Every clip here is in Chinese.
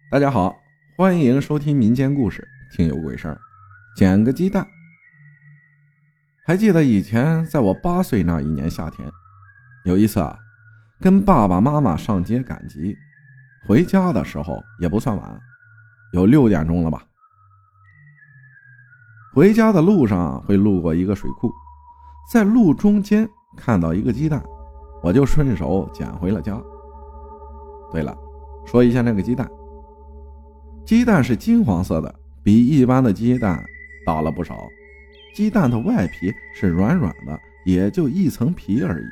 大家好，欢迎收听民间故事听有鬼事儿。捡个鸡蛋。还记得以前在我8岁那一年夏天，有一次跟爸爸妈妈上街赶集，回家的时候也不算晚，有6点钟了吧。回家的路上会路过一个水库，在路中间看到一个鸡蛋，我就顺手捡回了家。对了，说一下那个鸡蛋，鸡蛋是金黄色的，比一般的鸡蛋大了不少。鸡蛋的外皮是软软的，也就一层皮而已。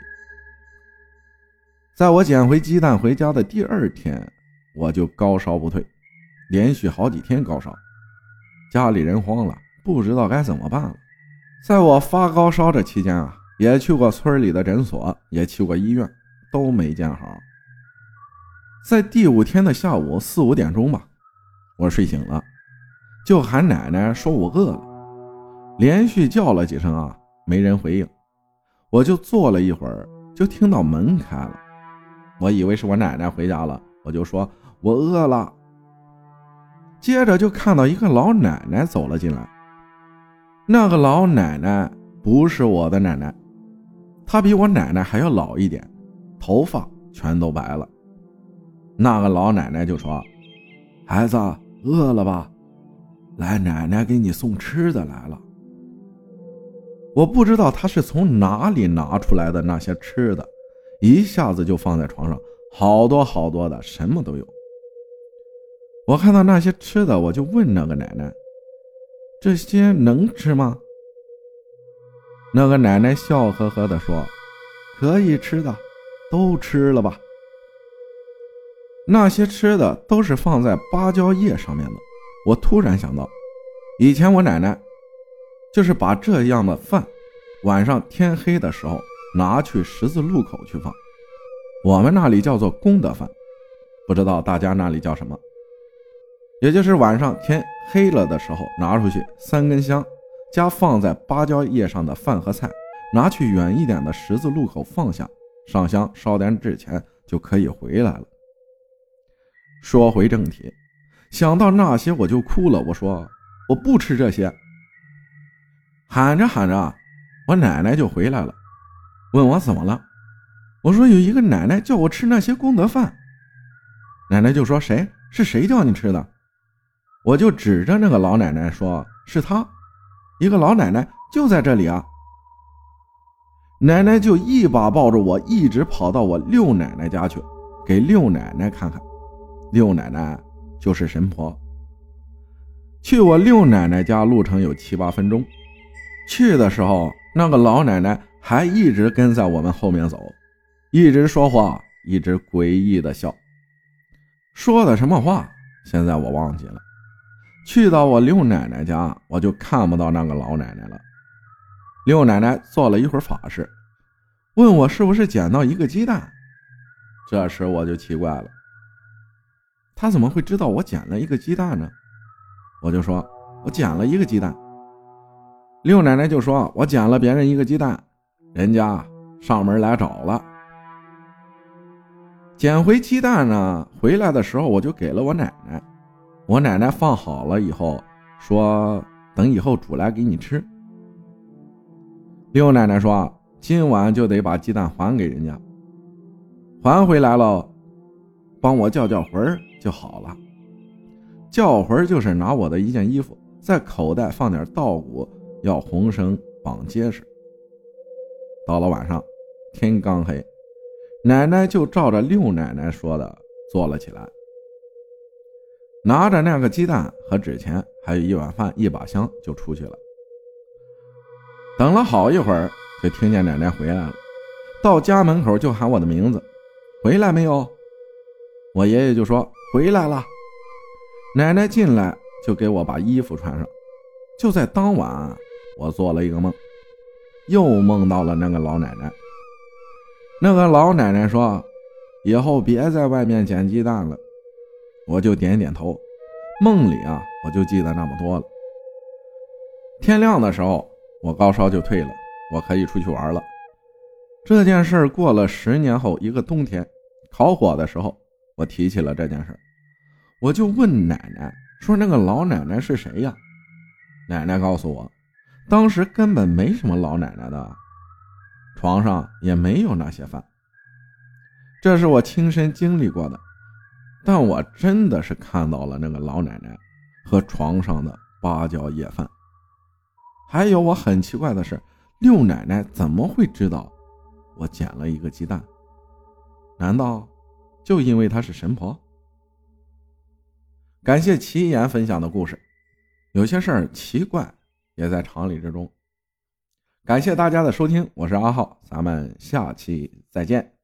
在我捡回鸡蛋回家的第2天，我就高烧不退，连续好几天高烧，家里人慌了，不知道该怎么办了。在我发高烧这期间也去过村里的诊所，也去过医院，都没见好。在第5天的下午4、5点钟吧，我睡醒了，就喊奶奶说我饿了，连续叫了几声没人回应。我就坐了一会儿，就听到门开了，我以为是我奶奶回家了，我就说我饿了。接着就看到一个老奶奶走了进来，那个老奶奶不是我的奶奶，她比我奶奶还要老一点，头发全都白了。那个老奶奶就说，孩子饿了吧，来，奶奶给你送吃的来了。我不知道她是从哪里拿出来的那些吃的，一下子就放在床上，好多好多的，什么都有。我看到那些吃的，我就问那个奶奶，这些能吃吗？那个奶奶笑呵呵地说，可以吃的，都吃了吧。那些吃的都是放在芭蕉叶上面的。我突然想到，以前我奶奶就是把这样的饭晚上天黑的时候拿去十字路口去放，我们那里叫做功德饭，不知道大家那里叫什么。也就是晚上天黑了的时候拿出去3根香，加放在芭蕉叶上的饭和菜，拿去远一点的十字路口放下，上香烧点纸钱就可以回来了。说回正题，想到那些我就哭了，我说我不吃这些。喊着喊着我奶奶就回来了，问我怎么了。我说有一个奶奶叫我吃那些功德饭。奶奶就说，是谁叫你吃的？我就指着那个老奶奶说，是她，一个老奶奶就在这里奶奶就一把抱着我，一直跑到我六奶奶家去，给六奶奶看看。六奶奶就是神婆。去我六奶奶家路程有7、8分钟，去的时候那个老奶奶还一直跟在我们后面走，一直说话，一直诡异的笑。说的什么话现在我忘记了。去到我六奶奶家，我就看不到那个老奶奶了。六奶奶做了一会儿法事，问我是不是捡到一个鸡蛋。这时我就奇怪了，她怎么会知道我捡了一个鸡蛋呢？我就说我捡了一个鸡蛋。六奶奶就说，我捡了别人一个鸡蛋，人家上门来找了。捡回鸡蛋呢，回来的时候我就给了我奶奶，我奶奶放好了以后说，等以后煮来给你吃。六奶奶说，今晚就得把鸡蛋还给人家，还回来了帮我叫魂就好了。叫魂就是拿我的一件衣服，在口袋放点稻谷，要红绳绑结实。到了晚上天刚黑，奶奶就照着六奶奶说的做了起来，拿着那个鸡蛋和纸钱还有一碗饭一把香就出去了。等了好一会儿，就听见奶奶回来了，到家门口就喊我的名字，回来没有？我爷爷就说回来了。奶奶进来就给我把衣服穿上。就在当晚，我做了一个梦，又梦到了那个老奶奶。那个老奶奶说，以后别在外面捡鸡蛋了。我就点点头，梦里我就记得那么多了。天亮的时候我高烧就退了，我可以出去玩了。这件事过了10年后，一个冬天烤火的时候，我提起了这件事。 我就问奶奶说那个老奶奶是谁呀？奶奶告诉我，当时根本没什么老奶奶的，床上也没有那些饭。这是我亲身经历过的，但我真的是看到了那个老奶奶和床上的芭蕉叶饭。还有我很奇怪的是，六奶奶怎么会知道我捡了一个鸡蛋？难道就因为她是神婆？感谢奇言分享的故事，有些事儿奇怪也在常理之中。感谢大家的收听，我是阿浩，咱们下期再见。